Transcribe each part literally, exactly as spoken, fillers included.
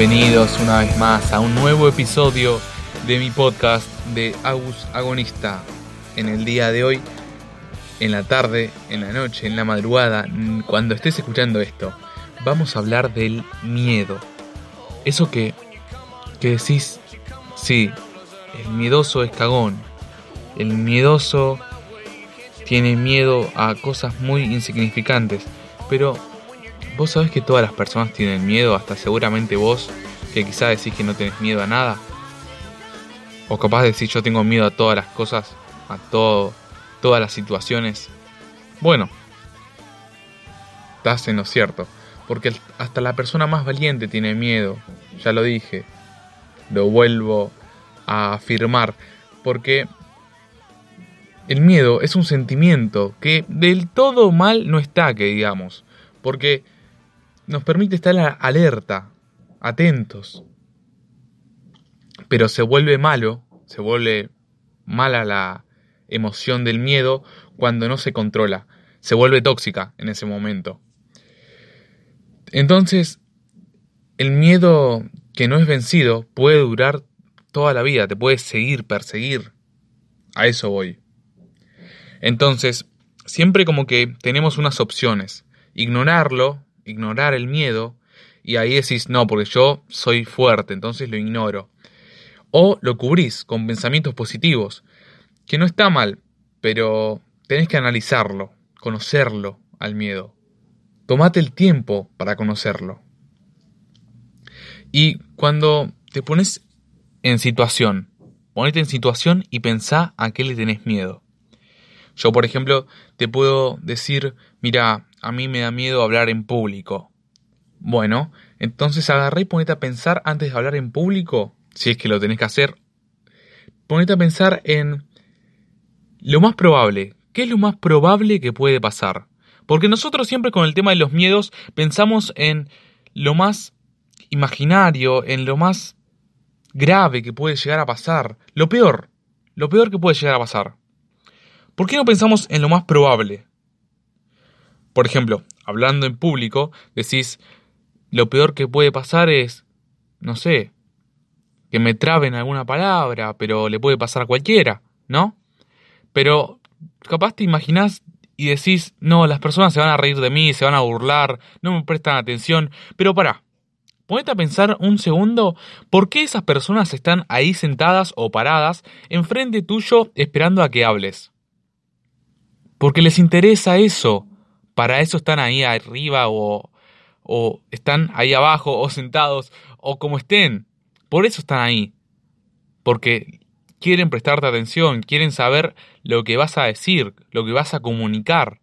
Bienvenidos una vez más a un nuevo episodio de mi podcast de Agus Agonista. En el día de hoy, en la tarde, en la noche, en la madrugada, cuando estés escuchando esto, vamos a hablar del miedo. Eso que, que decís, sí, el miedoso es cagón. El miedoso tiene miedo a cosas muy insignificantes, pero vos sabés que todas las personas tienen miedo, hasta seguramente vos, que quizás decís que no tenés miedo a nada. O capaz de decir yo tengo miedo a todas las cosas, a todo, todas las situaciones. Bueno, estás en lo cierto, porque hasta la persona más valiente tiene miedo. Ya lo dije, lo vuelvo a afirmar, porque el miedo es un sentimiento que del todo mal no está, que digamos, porque nos permite estar alerta, atentos. Pero se vuelve malo, se vuelve mala la emoción del miedo cuando no se controla. Se vuelve tóxica en ese momento. Entonces, el miedo que no es vencido puede durar toda la vida, te puede seguir, perseguir. A eso voy. Entonces, siempre como que tenemos unas opciones. Ignorarlo, ignorar el miedo, y ahí decís, no, porque yo soy fuerte, entonces lo ignoro. O lo cubrís con pensamientos positivos, que no está mal, pero tenés que analizarlo, conocerlo al miedo. Tomate el tiempo para conocerlo. Y cuando te pones en situación, ponete en situación y pensá a qué le tenés miedo. Yo, por ejemplo, te puedo decir, mira, a mí me da miedo hablar en público. Bueno, entonces agarrá y ponete a pensar antes de hablar en público, si es que lo tenés que hacer. Ponete a pensar en lo más probable. ¿Qué es lo más probable que puede pasar? Porque nosotros siempre con el tema de los miedos pensamos en lo más imaginario, en lo más grave que puede llegar a pasar. Lo peor, lo peor que puede llegar a pasar. ¿Por qué no pensamos en lo más probable? Por ejemplo, hablando en público, decís, lo peor que puede pasar es, no sé, que me traben alguna palabra, pero le puede pasar a cualquiera, ¿no? Pero capaz te imaginás y decís, no, las personas se van a reír de mí, se van a burlar, no me prestan atención, pero pará, ponete a pensar un segundo, ¿por qué esas personas están ahí sentadas o paradas enfrente tuyo esperando a que hables? Porque les interesa eso. Para eso están ahí arriba o, o están ahí abajo o sentados o como estén. Por eso están ahí. Porque quieren prestarte atención, quieren saber lo que vas a decir, lo que vas a comunicar.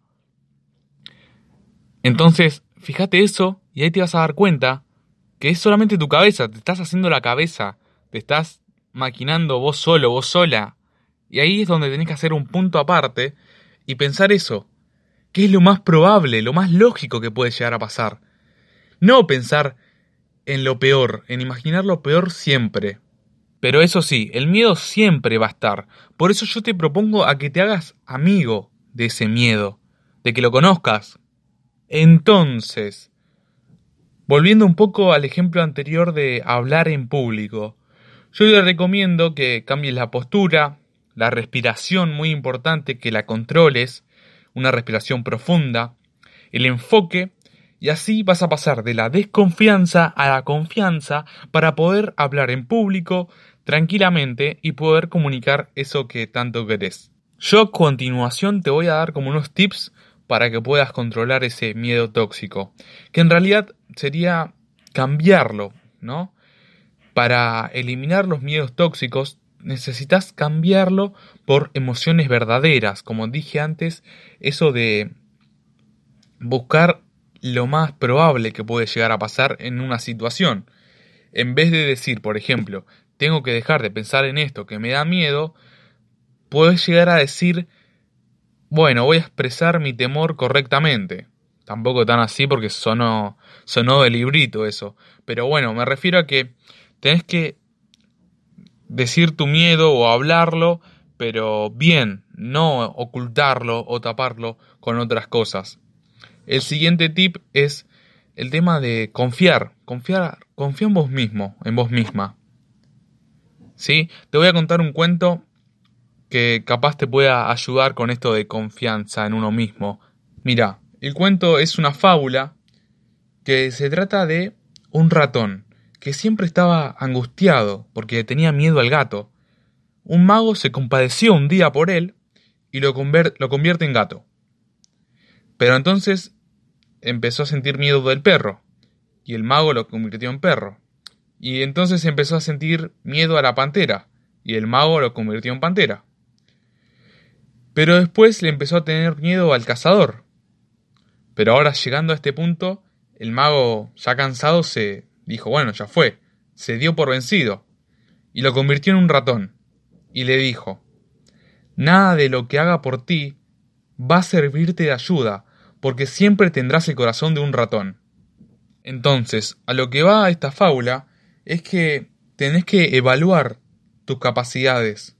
Entonces, fíjate eso y ahí te vas a dar cuenta que es solamente tu cabeza. Te estás haciendo la cabeza. Te estás maquinando vos solo, vos sola. Y ahí es donde tenés que hacer un punto aparte y pensar eso. ¿Qué es lo más probable, lo más lógico que puede llegar a pasar? No pensar en lo peor, en imaginar lo peor siempre. Pero eso sí, el miedo siempre va a estar. Por eso yo te propongo a que te hagas amigo de ese miedo, de que lo conozcas. Entonces, volviendo un poco al ejemplo anterior de hablar en público, yo le recomiendo que cambies la postura, la respiración, muy importante, que la controles, una respiración profunda, el enfoque, y así vas a pasar de la desconfianza a la confianza para poder hablar en público tranquilamente y poder comunicar eso que tanto querés. Yo a continuación te voy a dar como unos tips para que puedas controlar ese miedo tóxico, que en realidad sería cambiarlo, ¿no? Para eliminar los miedos tóxicos necesitas cambiarlo por emociones verdaderas. Como dije antes, eso de buscar lo más probable que puede llegar a pasar en una situación. En vez de decir, por ejemplo, tengo que dejar de pensar en esto que me da miedo, puedes llegar a decir, bueno, voy a expresar mi temor correctamente. Tampoco tan así porque sonó, sonó de librito eso. Pero bueno, me refiero a que tenés que decir tu miedo o hablarlo, pero bien, no ocultarlo o taparlo con otras cosas. El siguiente tip es el tema de confiar, confiar, confía en vos mismo, en vos misma. ¿Sí? Te voy a contar un cuento que capaz te pueda ayudar con esto de confianza en uno mismo. Mira, el cuento es una fábula que se trata de un ratón que siempre estaba angustiado porque tenía miedo al gato. Un mago se compadeció un día por él y lo, conver- lo convierte en gato. Pero entonces empezó a sentir miedo del perro y el mago lo convirtió en perro. Y entonces empezó a sentir miedo a la pantera y el mago lo convirtió en pantera. Pero después le empezó a tener miedo al cazador. Pero ahora, llegando a este punto, el mago, ya cansado, se dijo, bueno, ya fue, se dio por vencido y lo convirtió en un ratón. Y le dijo, nada de lo que haga por ti va a servirte de ayuda, porque siempre tendrás el corazón de un ratón. Entonces, a lo que va esta fábula es que tenés que evaluar tus capacidades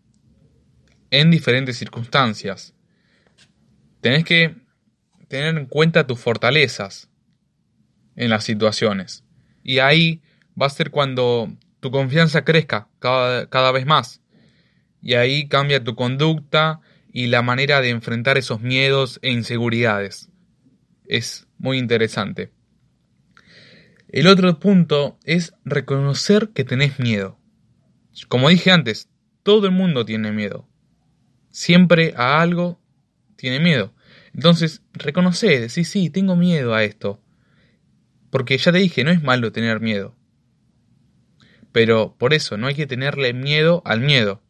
en diferentes circunstancias. Tenés que tener en cuenta tus fortalezas en las situaciones. Y ahí va a ser cuando tu confianza crezca cada, cada vez más. Y ahí cambia tu conducta y la manera de enfrentar esos miedos e inseguridades. Es muy interesante. El otro punto es reconocer que tenés miedo. Como dije antes, todo el mundo tiene miedo. Siempre a algo tiene miedo. Entonces, reconoce, decís, sí, tengo miedo a esto. Porque ya te dije, no es malo tener miedo. Pero por eso no hay que tenerle miedo al miedo.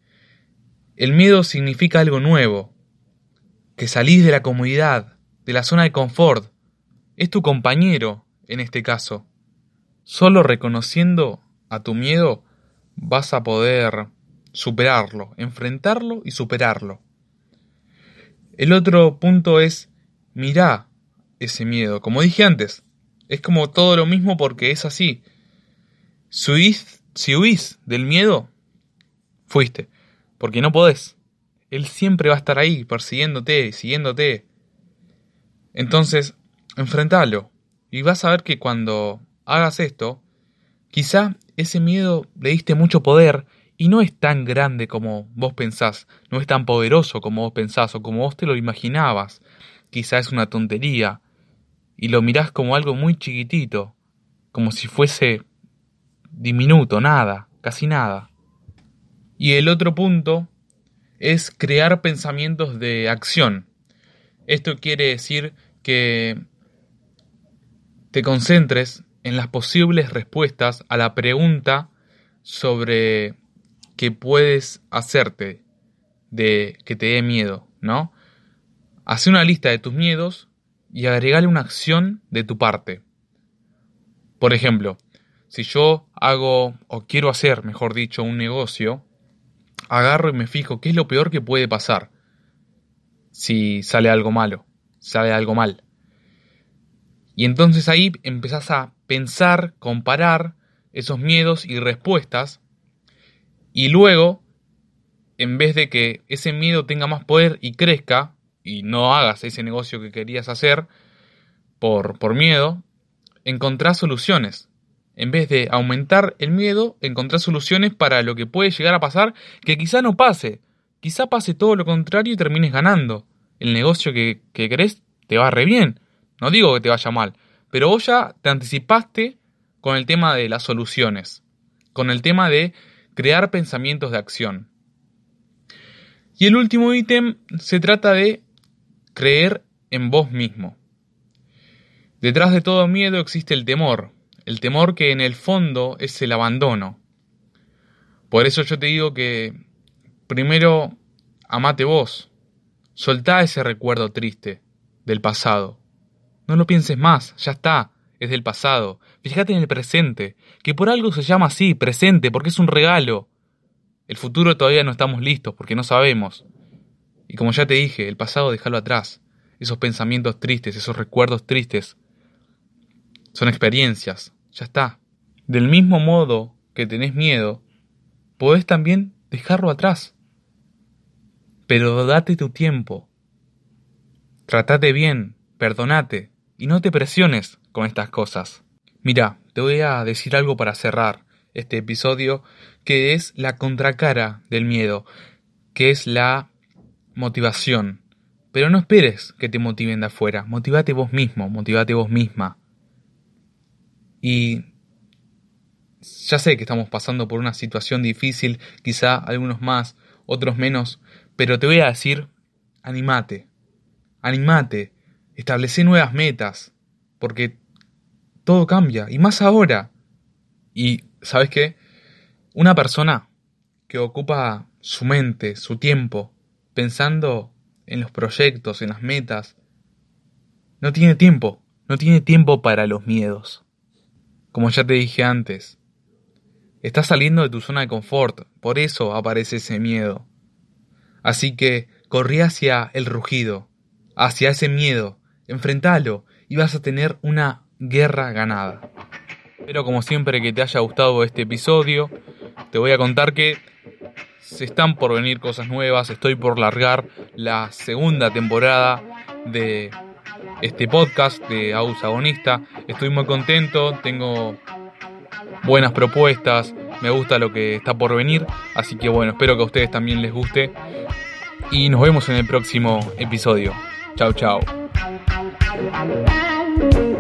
El miedo significa algo nuevo, que salís de la comodidad, de la zona de confort. Es tu compañero en este caso. Solo reconociendo a tu miedo vas a poder superarlo, enfrentarlo y superarlo. El otro punto es, mirá ese miedo. Como dije antes, es como todo lo mismo porque es así. Si huís, si huís del miedo, fuiste. Porque no podés. Él siempre va a estar ahí, persiguiéndote, siguiéndote. Entonces, enfrentalo. Y vas a ver que cuando hagas esto, quizá ese miedo le diste mucho poder y no es tan grande como vos pensás. No es tan poderoso como vos pensás o como vos te lo imaginabas. Quizá es una tontería. Y lo mirás como algo muy chiquitito. Como si fuese diminuto, nada, casi nada. Y el otro punto es crear pensamientos de acción. Esto quiere decir que te concentres en las posibles respuestas a la pregunta sobre qué puedes hacerte de que te dé miedo, ¿no? Haz una lista de tus miedos y agregale una acción de tu parte. Por ejemplo, si yo hago o quiero hacer, mejor dicho, un negocio, agarro y me fijo qué es lo peor que puede pasar si sale algo malo, sale algo mal. Y entonces ahí empezás a pensar, comparar esos miedos y respuestas, y luego, en vez de que ese miedo tenga más poder y crezca, y no hagas ese negocio que querías hacer por, por miedo, encontrás soluciones. En vez de aumentar el miedo, encontrás soluciones para lo que puede llegar a pasar, que quizá no pase. Quizá pase todo lo contrario y termines ganando. El negocio que, que querés te va re bien. No digo que te vaya mal, pero vos ya te anticipaste con el tema de las soluciones, con el tema de crear pensamientos de acción. Y el último ítem se trata de creer en vos mismo. Detrás de todo miedo existe el temor. El temor que en el fondo es el abandono. Por eso yo te digo que primero amate vos. Soltá ese recuerdo triste del pasado. No lo pienses más, ya está, es del pasado. Fíjate en el presente, que por algo se llama así, presente, porque es un regalo. El futuro todavía no estamos listos, porque no sabemos. Y como ya te dije, el pasado déjalo atrás. Esos pensamientos tristes, esos recuerdos tristes, son experiencias. Ya está. Del mismo modo que tenés miedo, podés también dejarlo atrás. Pero date tu tiempo. Tratate bien, perdonate, y no te presiones con estas cosas. Mira, te voy a decir algo para cerrar este episodio, que es la contracara del miedo, que es la motivación. Pero no esperes que te motiven de afuera, motivate vos mismo, motivate vos misma. Y ya sé que estamos pasando por una situación difícil, quizá algunos más, otros menos, pero te voy a decir, animate, animate, establece nuevas metas, porque todo cambia, y más ahora. Y, ¿sabes qué? Una persona que ocupa su mente, su tiempo, pensando en los proyectos, en las metas, no tiene tiempo, no tiene tiempo para los miedos. Como ya te dije antes, estás saliendo de tu zona de confort, por eso aparece ese miedo. Así que corrí hacia el rugido, hacia ese miedo, enfrentalo y vas a tener una guerra ganada. Espero como siempre que te haya gustado este episodio. Te voy a contar que se están por venir cosas nuevas, estoy por largar la segunda temporada de este podcast de Agus Agonista. Estoy muy contento, tengo buenas propuestas, me gusta lo que está por venir, así que bueno, espero que a ustedes también les guste y nos vemos en el próximo episodio. Chau, chau.